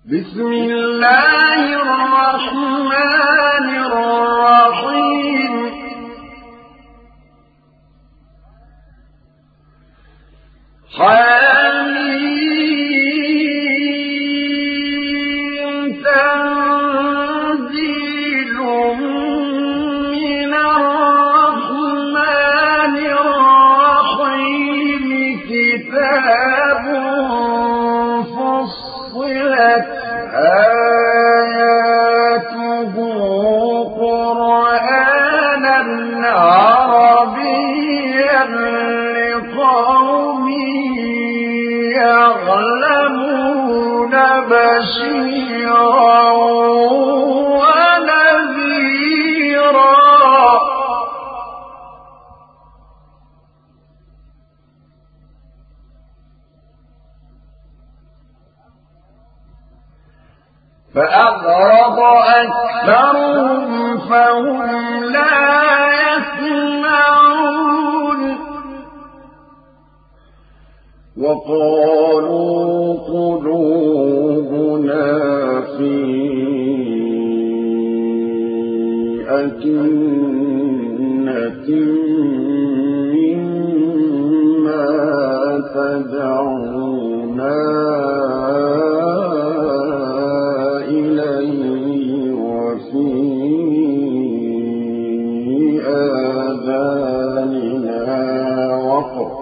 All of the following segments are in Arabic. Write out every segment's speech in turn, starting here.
بسم الله الرحمن الرحيم حميم تنزيل من الرحمن الرحيم كتاب فصلت آياته قرآنا عربيا لقوم يعلمون بشيرا ونذيرا فأعرض أكثرهم فهم لا يسمعون وقالوا قلوبنا في أكنة مما تدعونا إليه وفي آذاننا وقر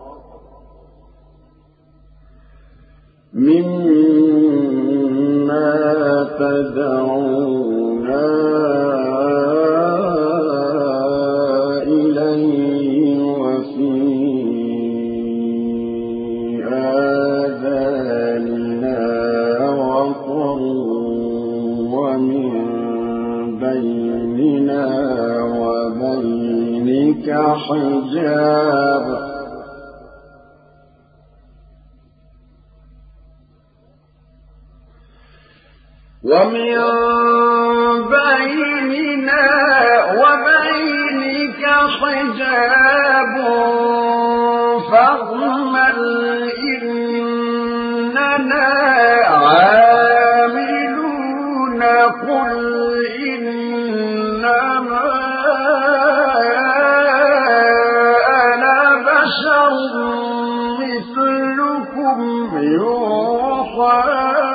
مما تدعونا إليه وفي آذاننا وقر ومن بيننا وبينك حجاب ومن بيننا وبينك حجاب فاعمل إننا عاملون قل إنما أنا بشر مثلكم يوحى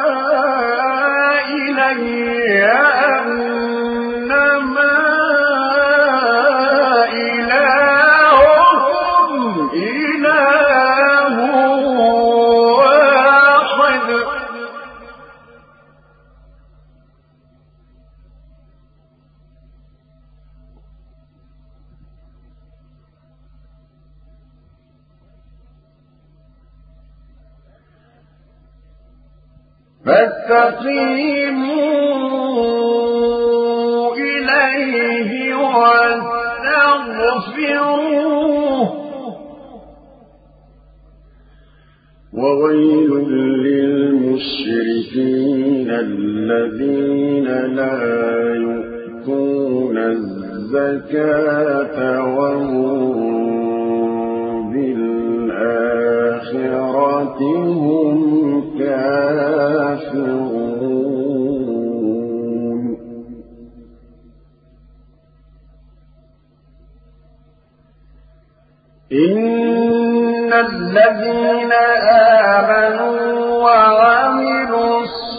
أنما إلهكم إله واحد فاستقيموا إليه واستغفروه وويل للمشركين الذين لا يؤتون الزكاة وهم بالآخرة هم كافرون إن الذين آمنوا وعملوا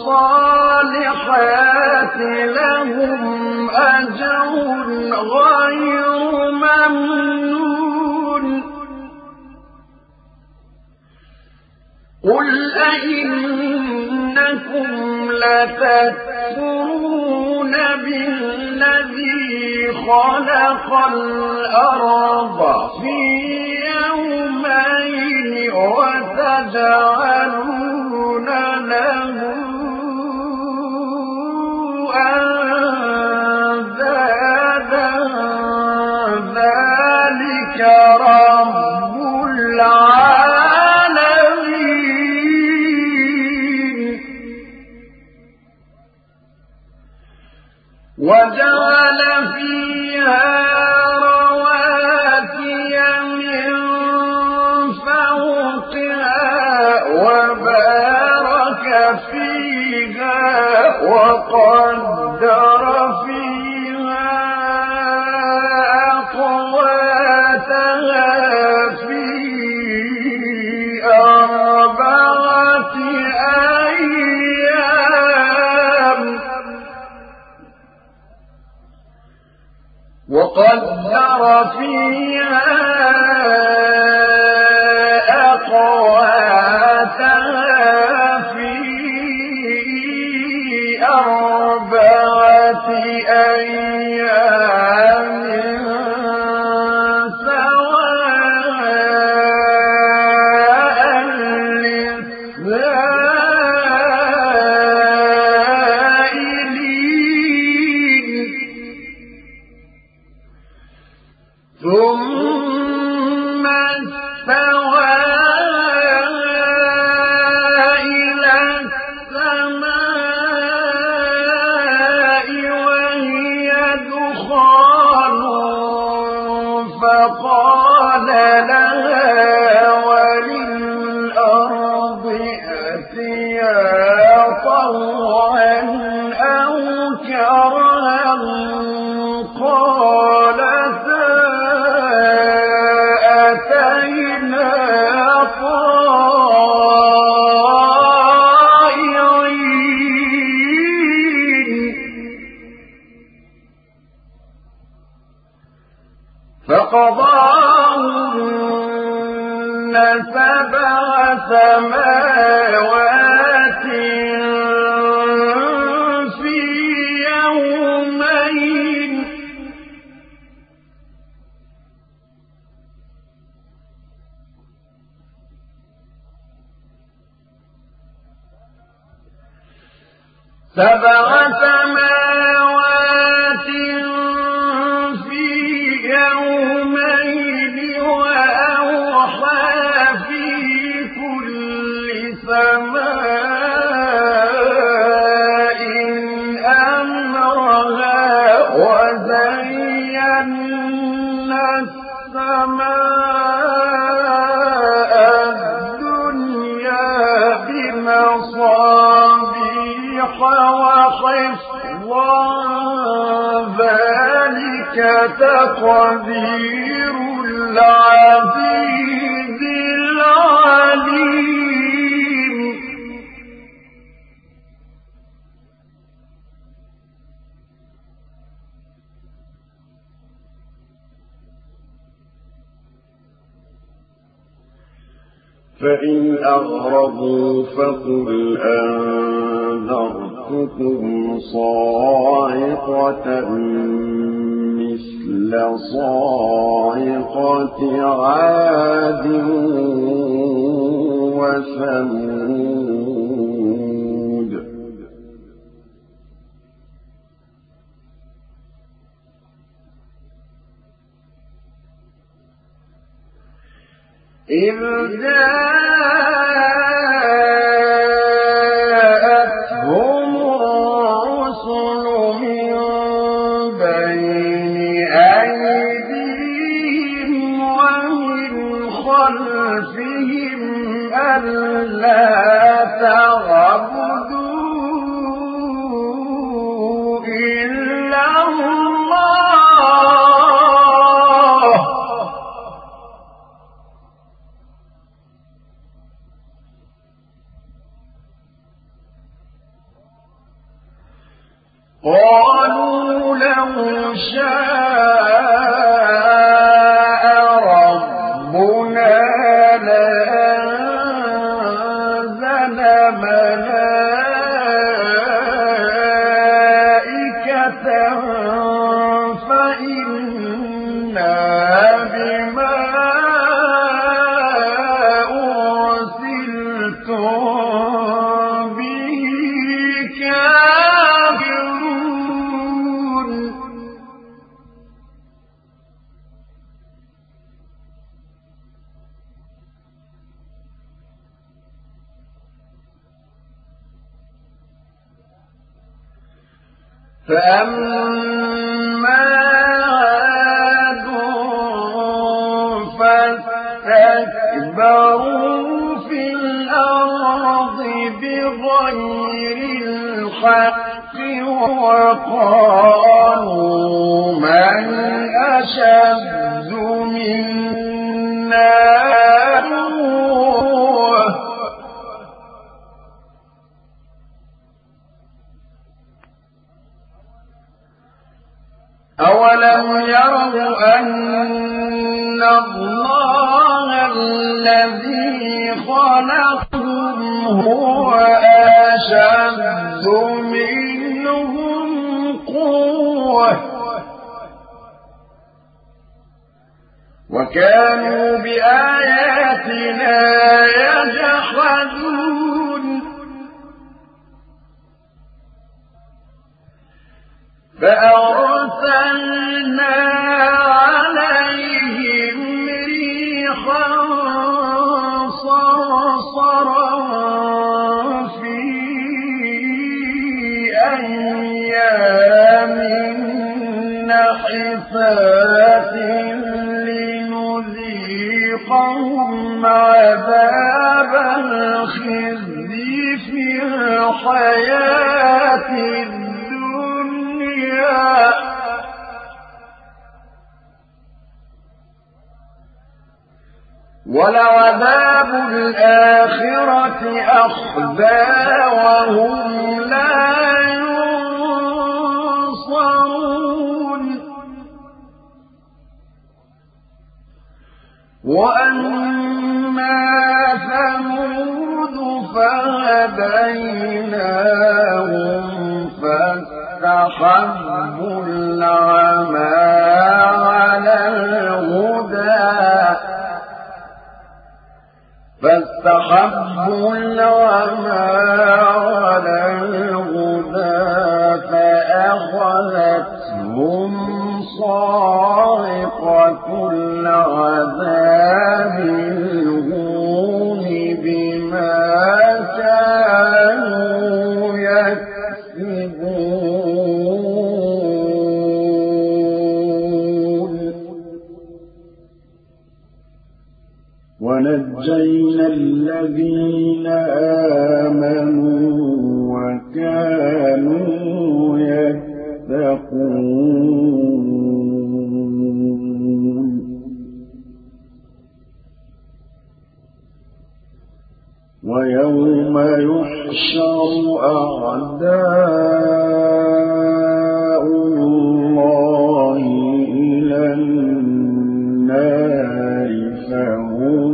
الصالحات لهم أجر غير ممنون قل أئنكم لتكفرون بالذي خلق الأرض في يومين وتجعلون له أندادا ذلك رب العالمين وجعل فيها رواسي من فوقها وبارك فيها فيها وقدر فيها أقواتها في 4 أيام وقدر فيها أقواتها في 4 أيام سواء للسائلين ثم استوى إلى السماء وهي دخان فقال لها وللأرض ائتيا طوعا أو كرها قالتا أتينا طائعين فقضاهن 7 سماوات في يومين وأوحى في كل سماء أمرها وزينا السماء الدنيا بمصابيح وحفظا ذلك تقدير العزيز العليم فإن أعرضوا فقل أنذرتكم صاعقة مثل صاعقة عاد وثمود إذ جاءتهم الرسل من بين أيديهم ومن خلفهم ألا تعبدوا إلا الله قالوا لو شاء ربنا لأنزل ملائكة فإنا بما أرسلتم به كافرون فأما عاد فاستكبروا في الأرض بغير بالحق وقالوا من أشد منا قوة أولم يروا أن الله الذي خلقهم هو أشد منهم قوة وكانوا بآياتنا يجحدون فأرسلنا عليهم ريحا صرصرا في أيام نحسات لنذيقهم عذاب الخزي في الحياة ولعذاب الآخرة أخزى وهم لا ينصرون وأما ثمود فهديناهم فاستحبوا العمى على الهدى فأخذتهم صاعقة العذاب الهون بما كانوا يكسبون ونجينا الذين آمنوا وكانوا يتقون ويوم يحشر أعداء الله إلى النار فهم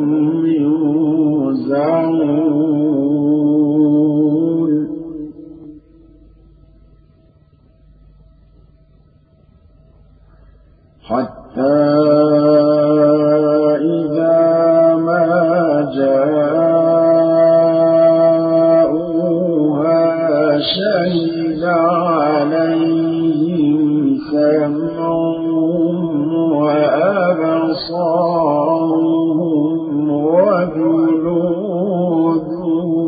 يوزعون حتى إذا ما جاءوها شهد عليهم سمعهم وأبصارهم وجلودهم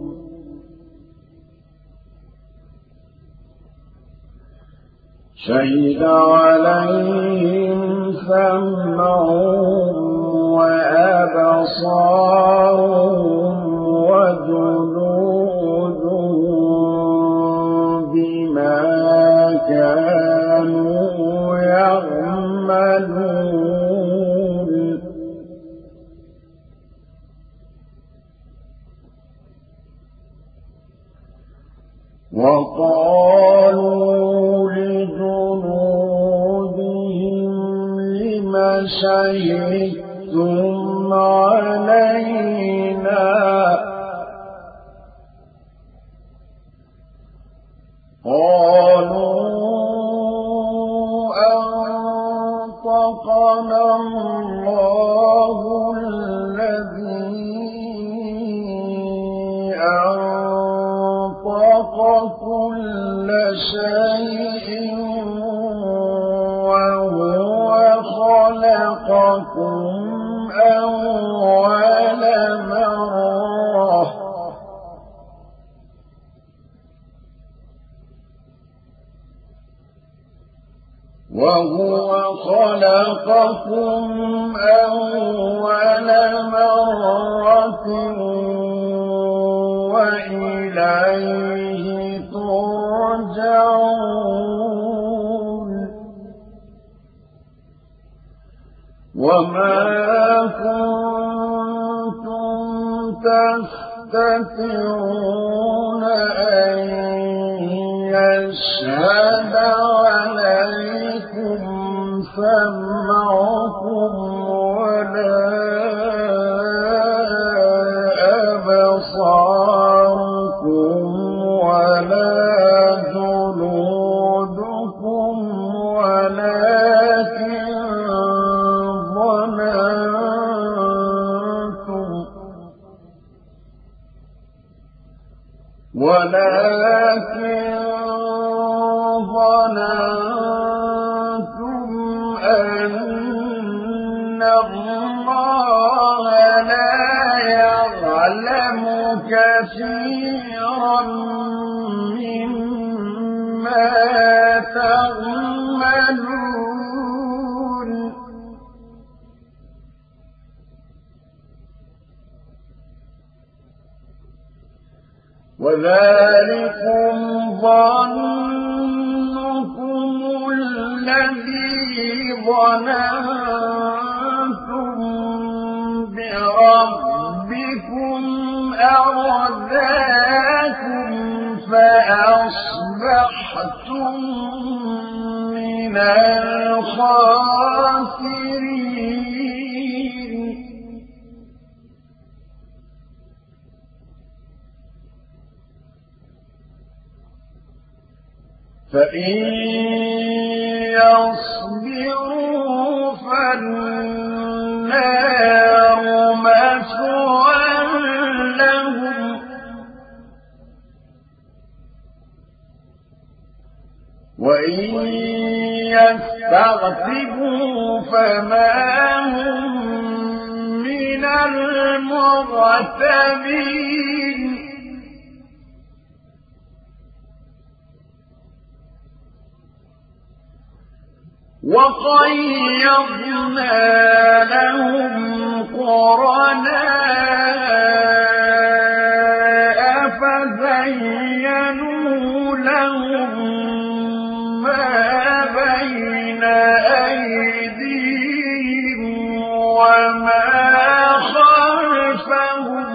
شهد عليهم سمعهم وأبصارهم وجلودهم بما كانوا يعملون وقالوا لجنودهم لم شهدتم علينا قالوا أنطقنا الله الذي أنطق كل شيء وهو خلقكم أول مرة وإليه ترجعون ترجعون وما كنتم تستطيعون أن يشهد عليكم سمعكم ولا أبصاركم ولا جلودكم ولكن ظننتم أن الله لا يعلم كثيرا مما تعملون وذلكم ظنكم الذي ظننتم بربكم أرداكم فأصبحتم من الخاسرين فإن يصبروا فالنار مثوى لهم وإن يستعتبوا فما هم من المعتبين وقيضنا لهم قرناء فزينوا لهم ما بين أيديهم وما خلفهم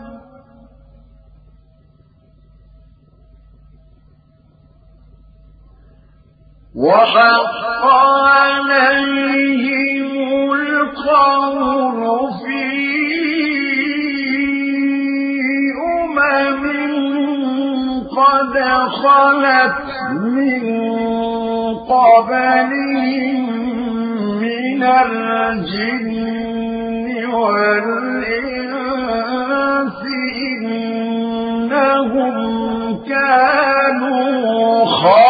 وحق عليهم القول في قد خلت من قبلهم من الجن والإنس إنهم كانوا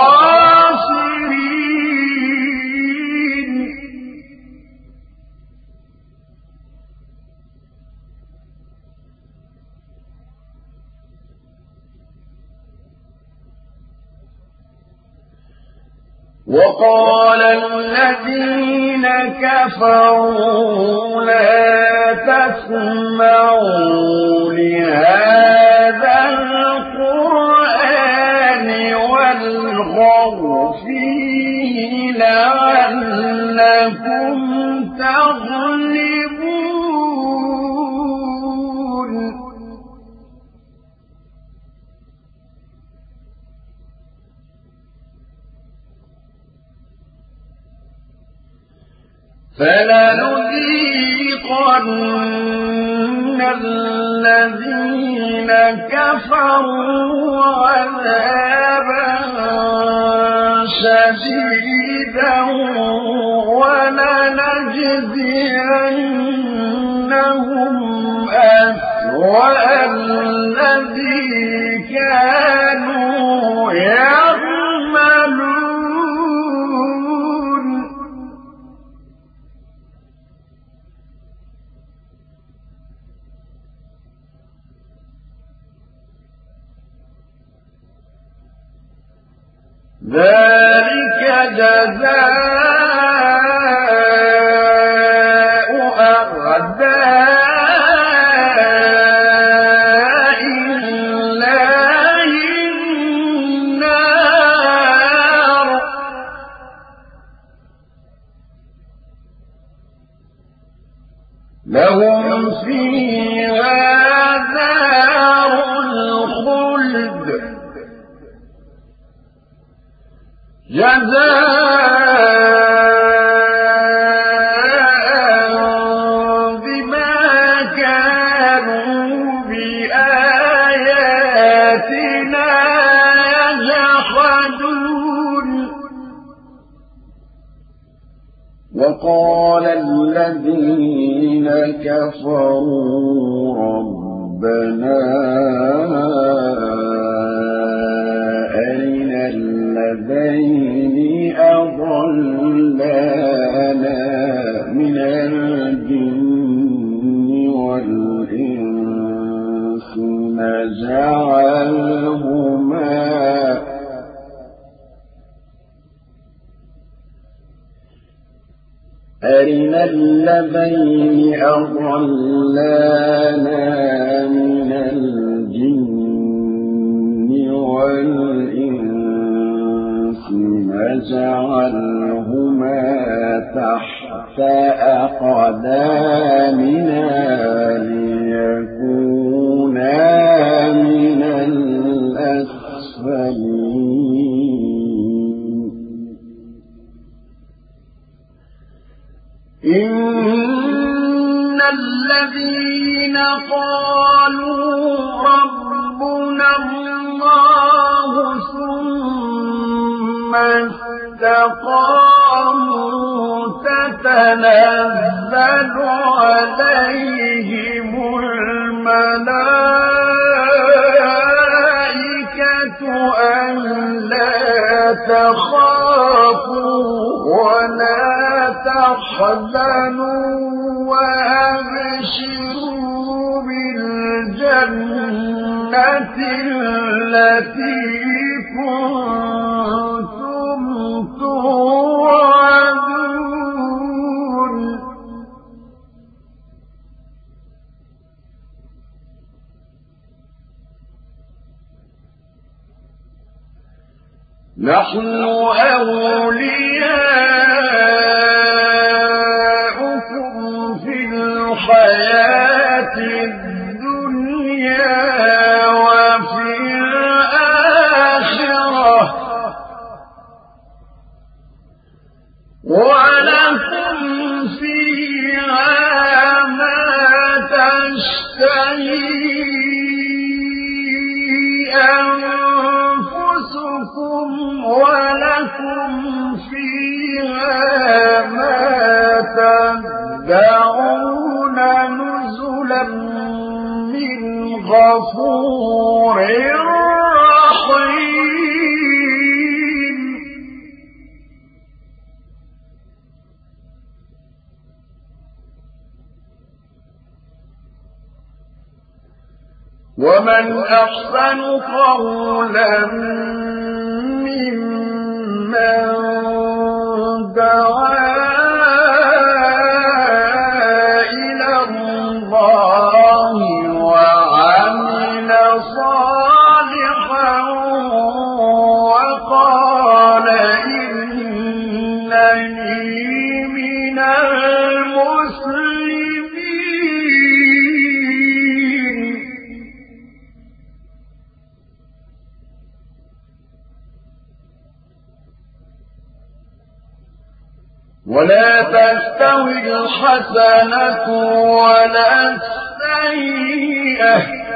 خاسرين وقال الذين كفروا لا تسمعوا لهذا القرآن والغوا فيه لعلكم تغلبون فلنذيقن الذين كفروا عذابا شديدا ولنجزينهم أسوأ الذي كانوا يعملون ذلك جزاء أعداء الله النار لهم فيها دار الخلد جزاء بما كانوا بآياتنا يجحدون وقال الذين كفروا ربنا أرنا الذين أضلانا من الجن والإنس أرنا الذين أضلانا من الجن والإنس نجعلهما تحت أقدامنا ليكونا من الأسفلين إن الذين قالوا ربنا الله ثم استقاموا تتنزل عليهم الملائكة ألا تخافوا ولا تحزنوا وأبشروا بالجنة التي كنتم توعدون نحن أولياؤكم في الحياة الدنيا وفي الآخرة ولكم فيها ما تشتهي أنفسكم ولكم فيها ما تدعون نزلا من غفور رحيم ومن أحسن قولا ممن دعا إلى الله وعمل صالحا وقال إنني من المسلمين ولا تستوي الحسنة ولا السيئة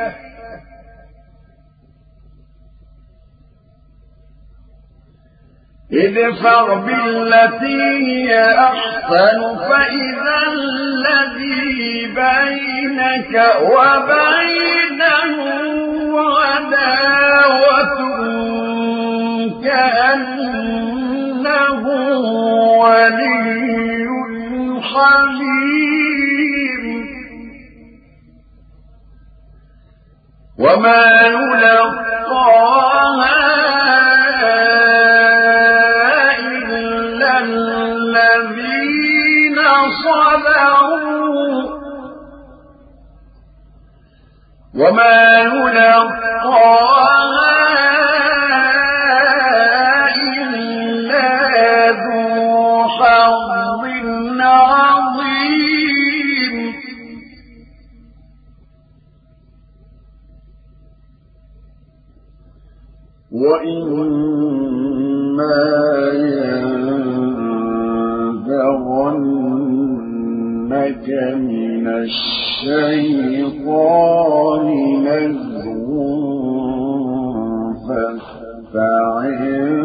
ادفع بالتي هي أحسن فإذا الذي بينك وبينه عداوة كأنه ولي حميم وما يلقاها إلا الذين صبروا وما يلقاها وإما ينزغنك من الشيطان نزغ فاستعذ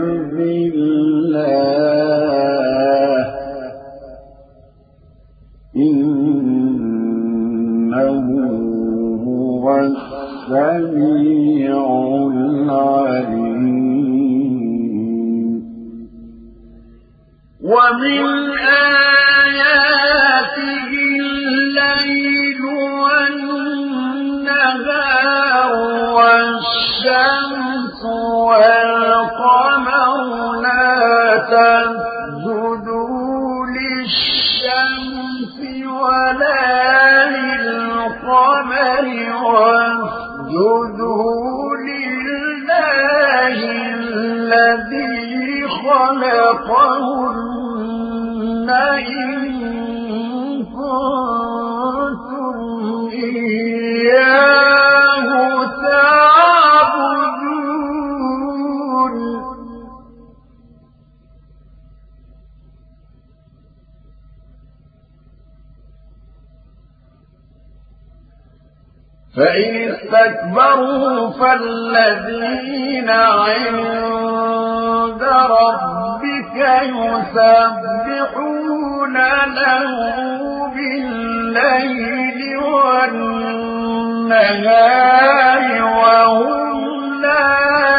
بالله إنه هو السميع العليم ومن آياته الليل والنهار والشمس والقمر لا تسجدوا للشمس ولا للقمر واسجدوا لله الذي خلقهن إن كنتم إياه تعبدون فإن استكبروا فالذين عند ربك يسبحون له بالليل والنهار وهم لا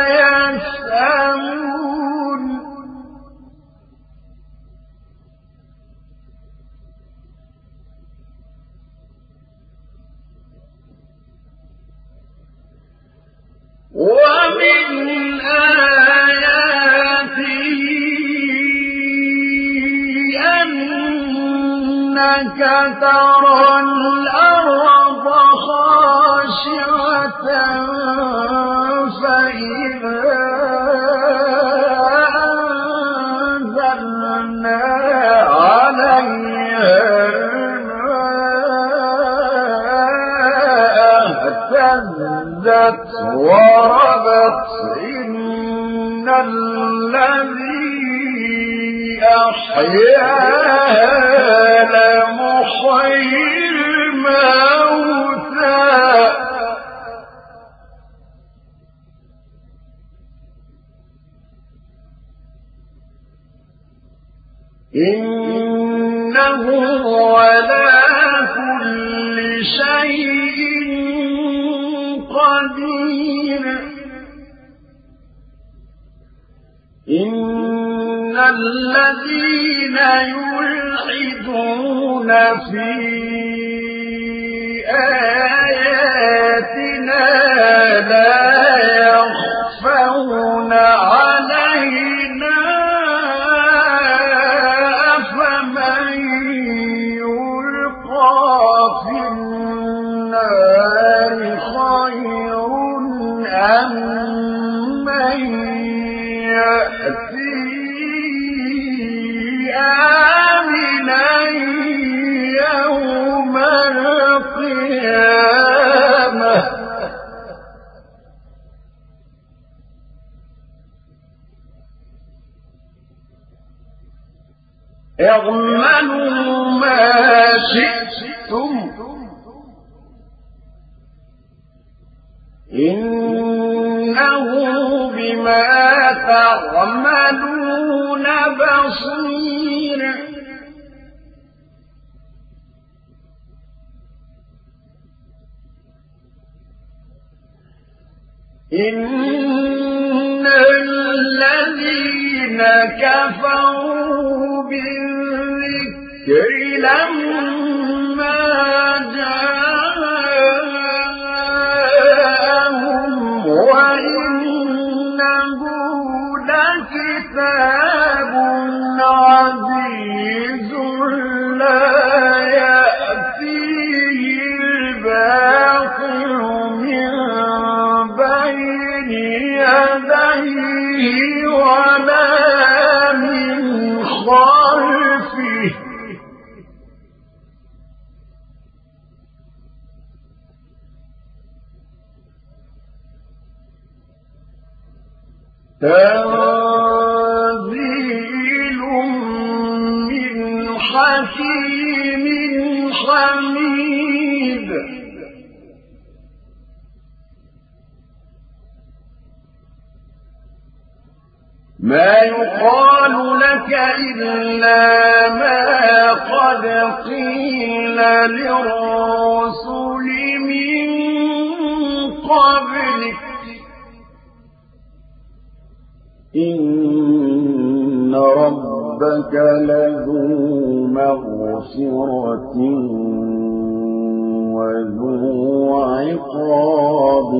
يسأمون ومن آياته أنك ترى الأرض خاشعة فإذا أنزلنا عليها اهتزت وربت إن الذي أحياها لمحيي الموتى إنه على كل شيء قدير إن الذين يلحدون في آياتنا لا يخفون علينا أفمن يلقى في النار خير أم من يأتي آمنا يوم القيامة اعملوا ما شئتم إنه بما تعملون بصير إن الذين كفروا بالذكر لما جاءهم وإنه لكتاب عزيز لا يأتيه الباطل من بين يديه ولا من خلفه تنزيل من حكيم حميد ما يقال لك إلا ما قد قيل للرسل من قبلك إن ربك لذو مغفرة وذو عقاب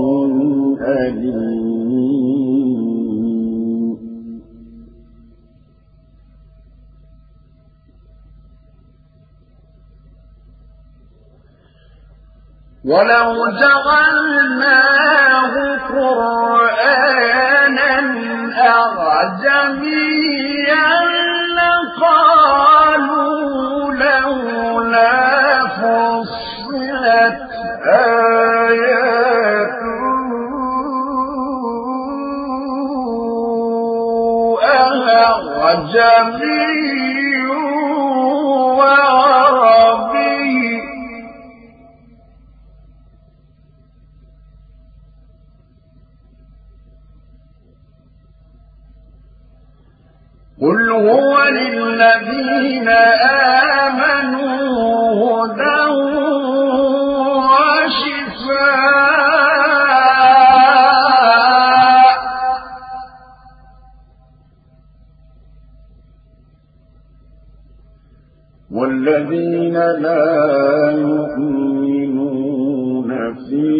أليم ولو جعلناه قرآنا أعجميا لقالوا لولا فصلت آياته أعجمي وعربي قل هو للذين آمنوا هدى وشفاء والذين لا يؤمنون في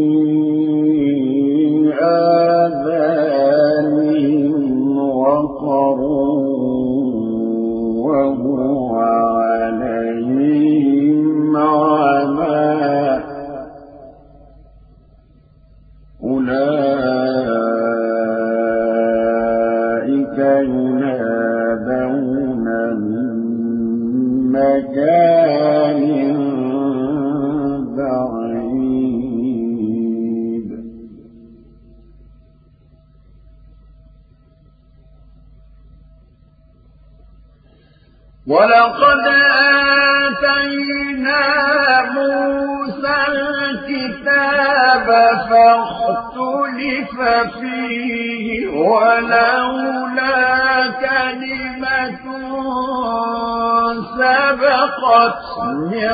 آذانهم وقر وهو عليهم عمى أولئك ينادون من مكان بعيد ولقد آتينا موسى الكتاب فاختلف فيه ولولا كلمة سبقت من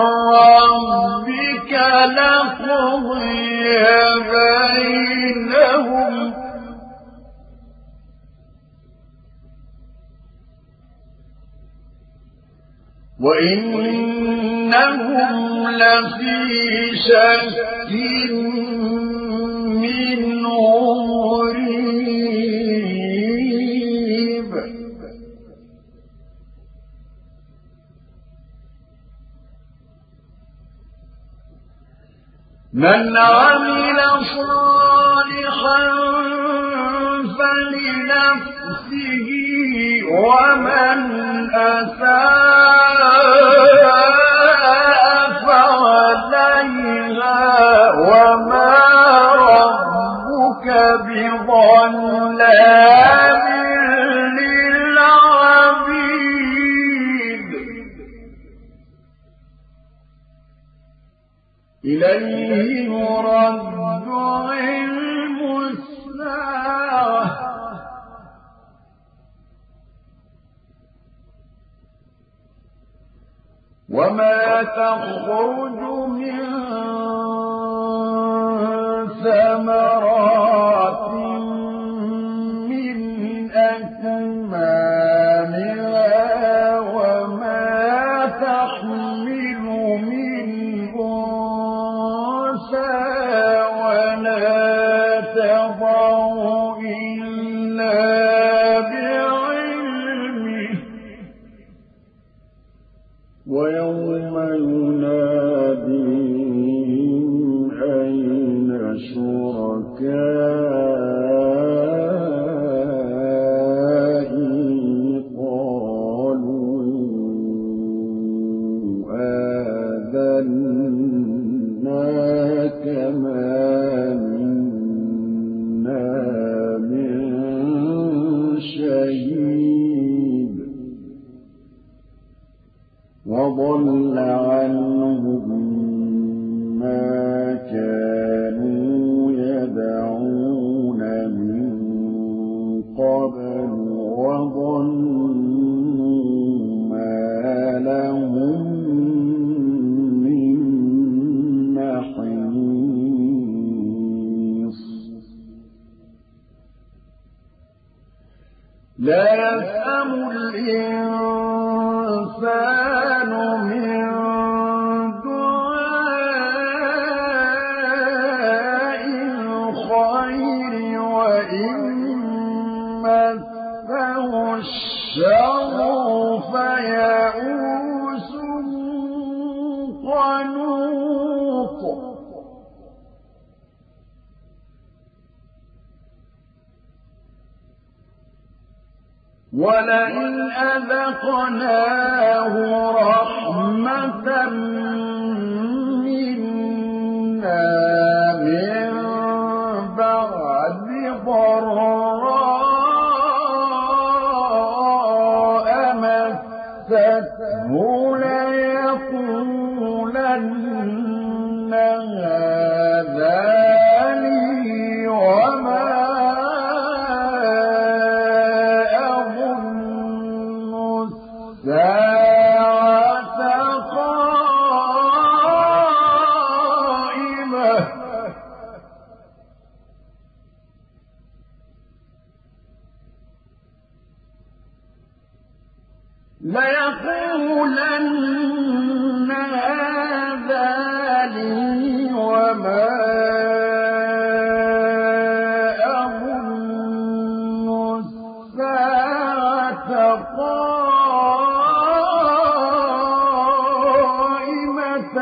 ربك لقضي بينهم وإنهم لفي شك منه مريب من عمل صالحا فلنفسه ومن أساء فعليها وما ربك بظلام للعبيد إليه يرد علم الساعة وما تخرج من ثمرات من أكمامها وما تحمل من أنثى ولا تضع إلا بعلمه ويوم يناديهم أين شركائي وضل عنهم ما كانوا يدعون من قبل وظنوا ما لهم من محيص لا يسأم الإنسان من دعاء الخير وإن مسه الشر فيئوس قنوط ولئن أذقناه رحمة منا من بعد ضراء مسته ليقولن هذا لي وما الساعة قائمة ليقولن هذا لي وما أظن الساعة قائمة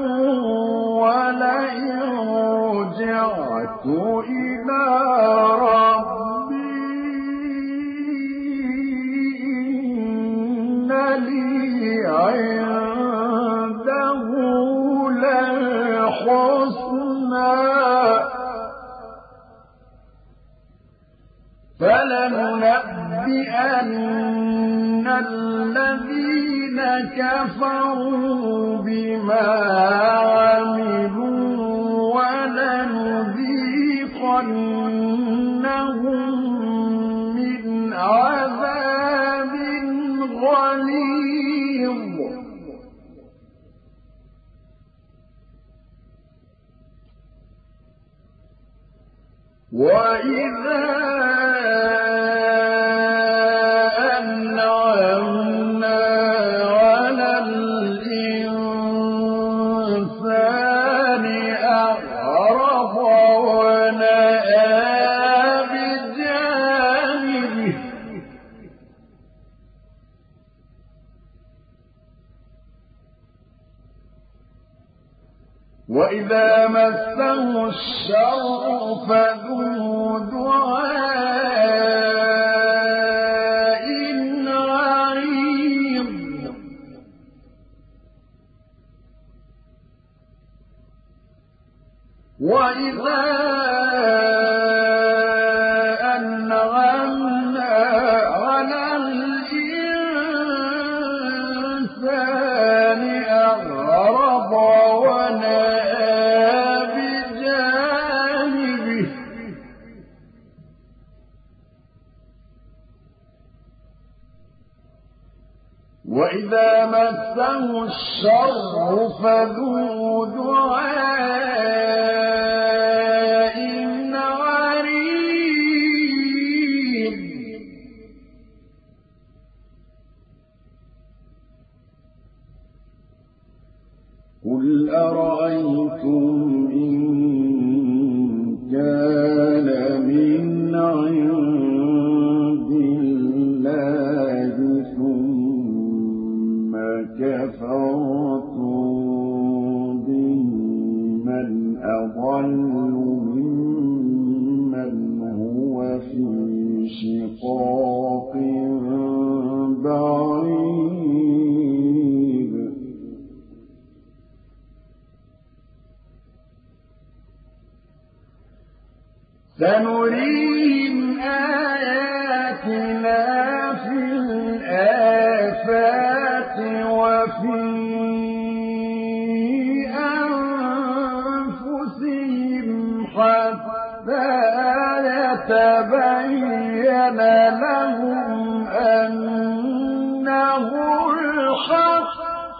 ولئن رجعت إلى ربي إن لي عنده للحسنى فلننبئن الذين كفروا بما عملوا ولنذيقنهم من عذاب غليظ وإذا أنعمنا على الإنسان أعرض ونأى بجانبه وإذا مسه الشر فذو دعاء عريض وإذا أنعمنا على الإنسان أعرض ونأى بجانبه وإذا مسه الشر فذو دعاء عريض قل أرأيتم إن كان من عند الله ثم كفرتم به من أضل ممن هو في شقاق بعيد سنريهم آياتنا في الآفاق وفي لهم أنه الحق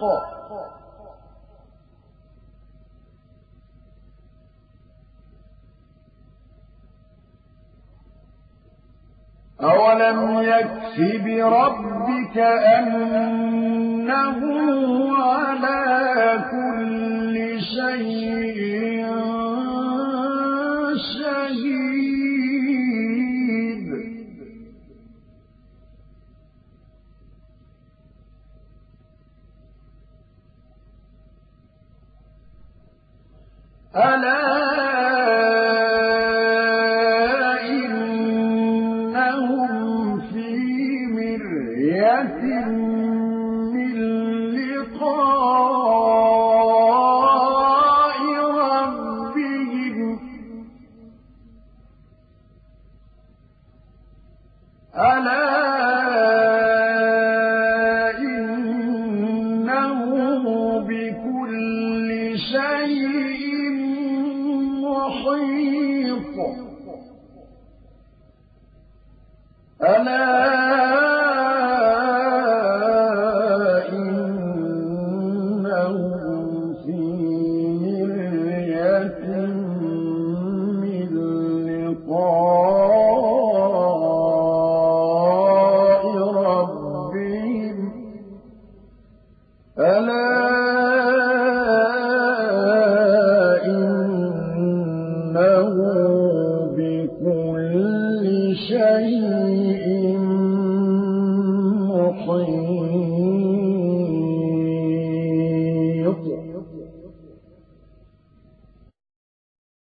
أولم يكف بربك أنه على كل شيء شهيد ألا إنهم في مرية من لقاء ربهم ألا إنه بكل شيء محيط ألا إنهم في مرية من لقاء ربهم ألا إنه بكل شيء